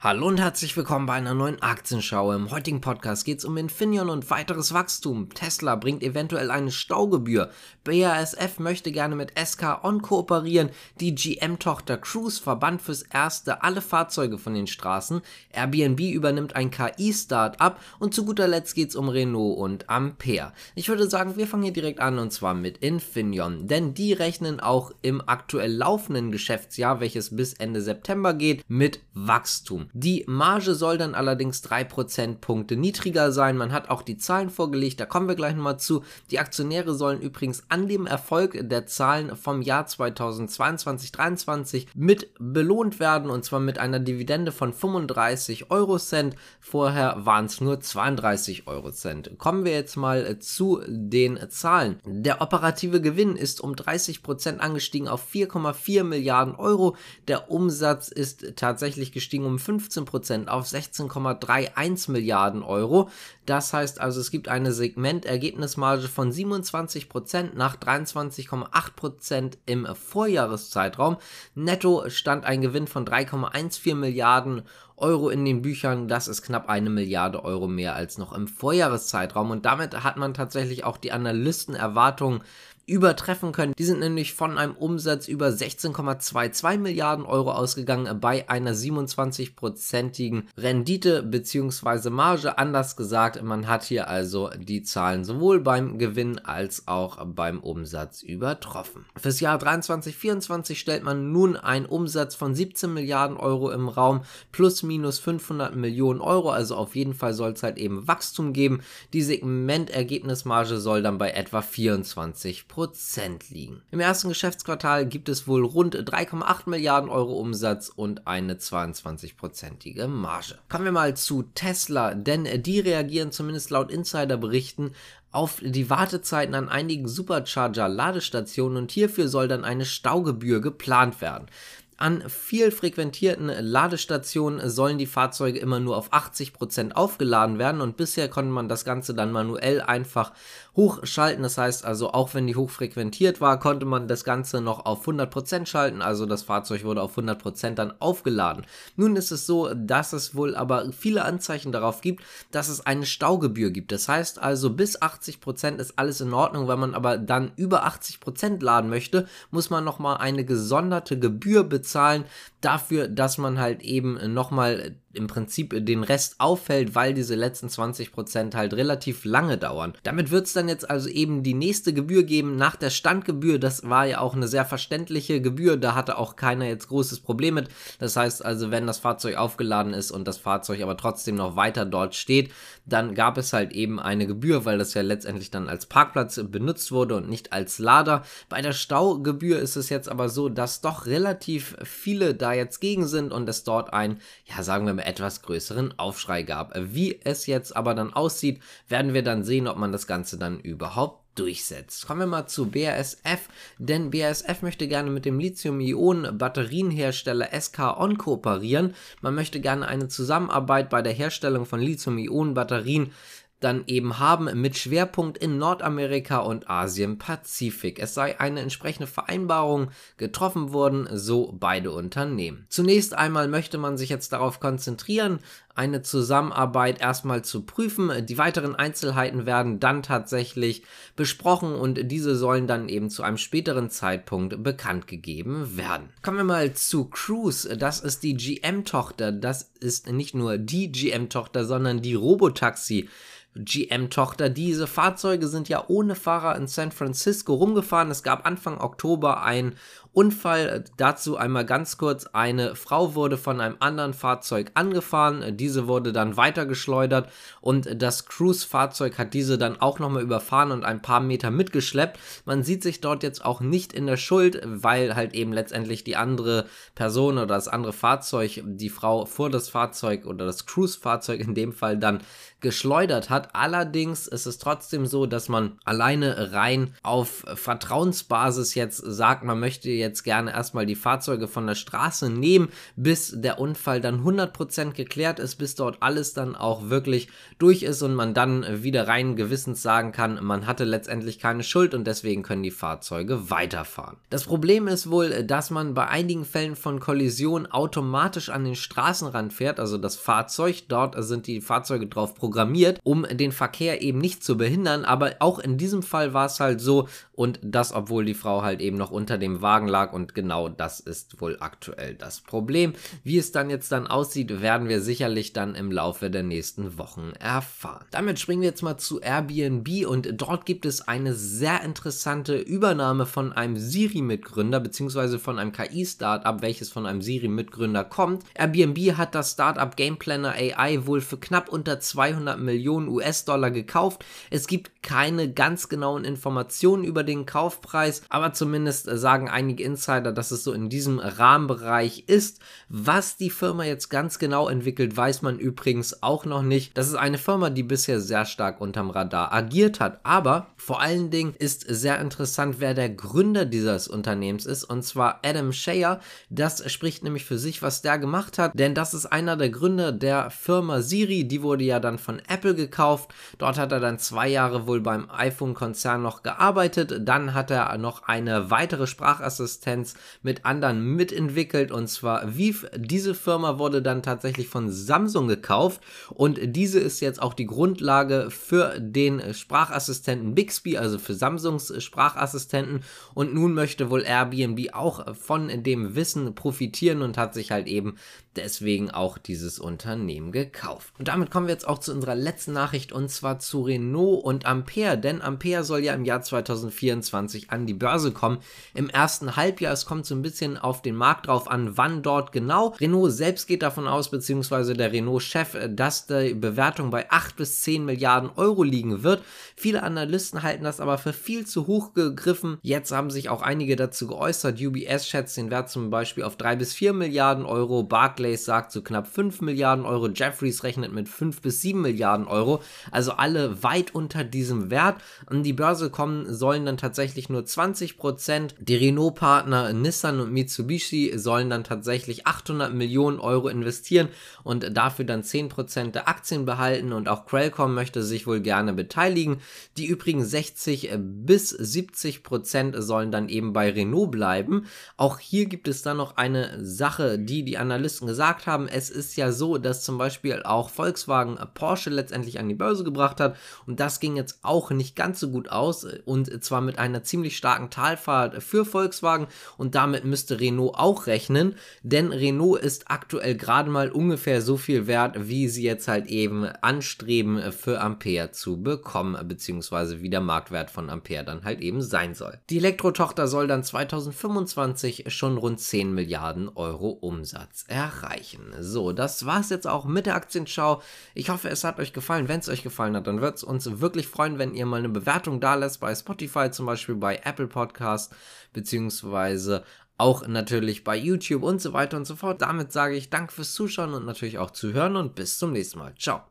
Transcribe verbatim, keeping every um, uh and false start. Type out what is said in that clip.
Hallo und herzlich willkommen bei einer neuen Aktienschau. Im heutigen Podcast geht es um Infineon und weiteres Wachstum. Tesla bringt eventuell eine Staugebühr. B A S F möchte gerne mit S K On kooperieren. Die G M-Tochter Cruise verbannt fürs Erste alle Fahrzeuge von den Straßen. Airbnb übernimmt ein K I-Start-up und zu guter Letzt geht es um Renault und Ampere. Ich würde sagen, wir fangen hier direkt an und zwar mit Infineon, denn die rechnen auch im aktuell laufenden Geschäftsjahr, welches bis Ende September geht, mit Wachstum. Die Marge soll dann allerdings drei Prozentpunkte niedriger sein. Man hat auch die Zahlen vorgelegt, da kommen wir gleich nochmal zu. Die Aktionäre sollen übrigens an dem Erfolg der Zahlen vom Jahr zweitausendzweiundzwanzig dreiundzwanzig mit belohnt werden, und zwar mit einer Dividende von fünfunddreißig Eurocent. Vorher waren es nur zweiunddreißig Eurocent. Kommen wir jetzt mal zu den Zahlen. Der operative Gewinn ist um dreißig Prozent angestiegen auf vier Komma vier Milliarden Euro. Der Umsatz ist tatsächlich gestiegen um fünfzehn Prozent auf sechzehn Komma einunddreißig Milliarden Euro. Das heißt also, es gibt eine Segmentergebnismarge von siebenundzwanzig Prozent nach dreiundzwanzig Komma acht Prozent im Vorjahreszeitraum. Netto stand ein Gewinn von drei Komma vierzehn Milliarden Euro in den Büchern. Das ist knapp eine Milliarde Euro mehr als noch im Vorjahreszeitraum, und damit hat man tatsächlich auch die Analystenerwartungen übertreffen können. Die sind nämlich von einem Umsatz über sechzehn Komma zweiundzwanzig Milliarden Euro ausgegangen bei einer siebenundzwanzig-prozentigen Rendite bzw. Marge. Anders gesagt, man hat hier also die Zahlen sowohl beim Gewinn als auch beim Umsatz übertroffen. Fürs Jahr dreiundzwanzig vierundzwanzig stellt man nun einen Umsatz von siebzehn Milliarden Euro im Raum, plus minus fünfhundert Millionen Euro, also auf jeden Fall soll es halt eben Wachstum geben. Die Segmentergebnismarge soll dann bei etwa vierundzwanzig Prozent liegen. Im ersten Geschäftsquartal gibt es wohl rund drei Komma acht Milliarden Euro Umsatz und eine zweiundzwanzig-prozentige Marge. Kommen wir mal zu Tesla, denn die reagieren zumindest laut Insiderberichten auf die Wartezeiten an einigen Supercharger-Ladestationen, und hierfür soll dann eine Staugebühr geplant werden. An viel frequentierten Ladestationen sollen die Fahrzeuge immer nur auf achtzig Prozent aufgeladen werden, und bisher konnte man das Ganze dann manuell einfach hochschalten. Das heißt also, auch wenn die hochfrequentiert war, konnte man das Ganze noch auf hundert Prozent schalten, also das Fahrzeug wurde auf hundert Prozent dann aufgeladen. Nun ist es so, dass es wohl aber viele Anzeichen darauf gibt, dass es eine Staugebühr gibt. Das heißt also, bis achtzig Prozent ist alles in Ordnung. Wenn man aber dann über achtzig Prozent laden möchte, muss man nochmal eine gesonderte Gebühr bezahlen dafür, dass man halt eben nochmal im Prinzip den Rest auffällt, weil diese letzten zwanzig Prozent halt relativ lange dauern. Damit wird es dann jetzt also eben die nächste Gebühr geben nach der Standgebühr. Das war ja auch eine sehr verständliche Gebühr, da hatte auch keiner jetzt großes Problem mit. Das heißt also, wenn das Fahrzeug aufgeladen ist und das Fahrzeug aber trotzdem noch weiter dort steht, dann gab es halt eben eine Gebühr, weil das ja letztendlich dann als Parkplatz benutzt wurde und nicht als Lader. Bei der Staugebühr ist es jetzt aber so, dass doch relativ viele da jetzt gegen sind und es dort ein, ja sagen wir mal, etwas größeren Aufschrei gab. Wie es jetzt aber dann aussieht, werden wir dann sehen, ob man das Ganze dann überhaupt durchsetzt. Kommen wir mal zu B A S F, denn B A S F möchte gerne mit dem Lithium-Ionen-Batterienhersteller S K On kooperieren. Man möchte gerne eine Zusammenarbeit bei der Herstellung von Lithium-Ionen-Batterien dann eben haben, mit Schwerpunkt in Nordamerika und Asien-Pazifik. Es sei eine entsprechende Vereinbarung getroffen worden, so beide Unternehmen. Zunächst einmal möchte man sich jetzt darauf konzentrieren, eine Zusammenarbeit erstmal zu prüfen. Die weiteren Einzelheiten werden dann tatsächlich besprochen und diese sollen dann eben zu einem späteren Zeitpunkt bekannt gegeben werden. Kommen wir mal zu Cruise. Das ist die G M-Tochter. Das ist nicht nur die G M-Tochter, sondern die Robotaxi G M-Tochter. Diese Fahrzeuge sind ja ohne Fahrer in San Francisco rumgefahren. Es gab Anfang Oktober einen Unfall. Dazu einmal ganz kurz: Eine Frau wurde von einem anderen Fahrzeug angefahren. Diese wurde dann weitergeschleudert und das Cruise-Fahrzeug hat diese dann auch nochmal überfahren und ein paar Meter mitgeschleppt. Man sieht sich dort jetzt auch nicht in der Schuld, weil halt eben letztendlich die andere Person oder das andere Fahrzeug die Frau vor das Fahrzeug oder das Cruise-Fahrzeug in dem Fall dann geschleudert hat. Allerdings ist es trotzdem so, dass man alleine rein auf Vertrauensbasis jetzt sagt, man möchte jetzt gerne erstmal die Fahrzeuge von der Straße nehmen, bis der Unfall dann hundert Prozent geklärt ist, bis dort alles dann auch wirklich durch ist und man dann wieder rein gewissens sagen kann, man hatte letztendlich keine Schuld und deswegen können die Fahrzeuge weiterfahren. Das Problem ist wohl, dass man bei einigen Fällen von Kollisionen automatisch an den Straßenrand fährt, also das Fahrzeug, dort sind die Fahrzeuge drauf programmiert, um den Verkehr eben nicht zu behindern, aber auch in diesem Fall war es halt so und das, obwohl die Frau halt eben noch unter dem Wagen lag und genau das ist wohl aktuell das Problem. Wie es dann jetzt dann aussieht, werden wir sicherlich dann im Laufe der nächsten Wochen erfahren. Damit springen wir jetzt mal zu Airbnb und dort gibt es eine sehr interessante Übernahme von einem Siri-Mitgründer beziehungsweise von einem K I-Startup, welches von einem Siri-Mitgründer kommt. Airbnb hat das Startup Gameplanner A I wohl für knapp unter zweihundert Millionen U S-Dollar gekauft. Es gibt keine ganz genauen Informationen über den Kaufpreis, aber zumindest sagen einige Insider, dass es so in diesem Rahmenbereich ist. Was die Firma jetzt ganz genau entwickelt, weiß man übrigens auch noch nicht. Das ist eine Firma, die bisher sehr stark unterm Radar agiert hat, aber vor allen Dingen ist sehr interessant, wer der Gründer dieses Unternehmens ist, und zwar Adam Shayer. Das spricht nämlich für sich, was der gemacht hat, denn das ist einer der Gründer der Firma Siri, die wurde ja dann von Apple gekauft. Dort hat er dann zwei Jahre wohl beim iPhone-Konzern noch gearbeitet, dann hat er noch eine weitere Sprachassistenz mit anderen mitentwickelt, und zwar Viv. Diese Firma wurde dann tatsächlich von Samsung gekauft und diese ist jetzt auch die Grundlage für den Sprachassistenten Bixby, also für Samsungs Sprachassistenten, und nun möchte wohl Airbnb auch von dem Wissen profitieren und hat sich halt eben deswegen auch dieses Unternehmen gekauft. Und damit kommen wir jetzt auch zu unserer letzten Nachricht, und zwar zu Renault und Ampere, denn Ampere soll ja im Jahr zweitausendvierundzwanzig an die Börse kommen, im ersten Halbjahr. Es kommt so ein bisschen auf den Markt drauf an, wann dort genau. Renault selbst geht davon aus, beziehungsweise der Renault-Chef, dass die Bewertung bei acht bis zehn Milliarden Euro liegen wird. Viele Analysten halten das aber für viel zu hoch gegriffen. Jetzt haben sich auch einige dazu geäußert. U B S schätzt den Wert zum Beispiel auf drei bis vier Milliarden Euro, Barclays sagt zu knapp fünf Milliarden Euro, Jefferies rechnet mit fünf bis sieben Milliarden Euro, also alle weit unter diesem Wert. An die Börse kommen sollen dann tatsächlich nur zwanzig Prozent. Die Renault-Partner Nissan und Mitsubishi sollen dann tatsächlich achthundert Millionen Euro investieren und dafür dann zehn Prozent der Aktien behalten, und auch Qualcomm möchte sich wohl gerne beteiligen. Die übrigen sechzig bis siebzig Prozent sollen dann eben bei Renault bleiben. Auch hier gibt es dann noch eine Sache, die die Analysten gesagt haben. Es ist ja so, dass zum Beispiel auch Volkswagen Porsche letztendlich an die Börse gebracht hat und das ging jetzt auch nicht ganz so gut aus, und zwar mit einer ziemlich starken Talfahrt für Volkswagen, und damit müsste Renault auch rechnen, denn Renault ist aktuell gerade mal ungefähr so viel wert, wie sie jetzt halt eben anstreben für Ampere zu bekommen, beziehungsweise wie der Marktwert von Ampere dann halt eben sein soll. Die Elektrotochter soll dann zweitausendfünfundzwanzig schon rund zehn Milliarden Euro Umsatz erreichen. So, das war's jetzt auch mit der Aktienschau. Ich hoffe, es hat euch gefallen. Wenn es euch gefallen hat, dann wird es uns wirklich freuen, wenn ihr mal eine Bewertung da lässt, bei Spotify zum Beispiel, bei Apple Podcast, beziehungsweise auch natürlich bei YouTube und so weiter und so fort. Damit sage ich Danke fürs Zuschauen und natürlich auch Zuhören und bis zum nächsten Mal. Ciao.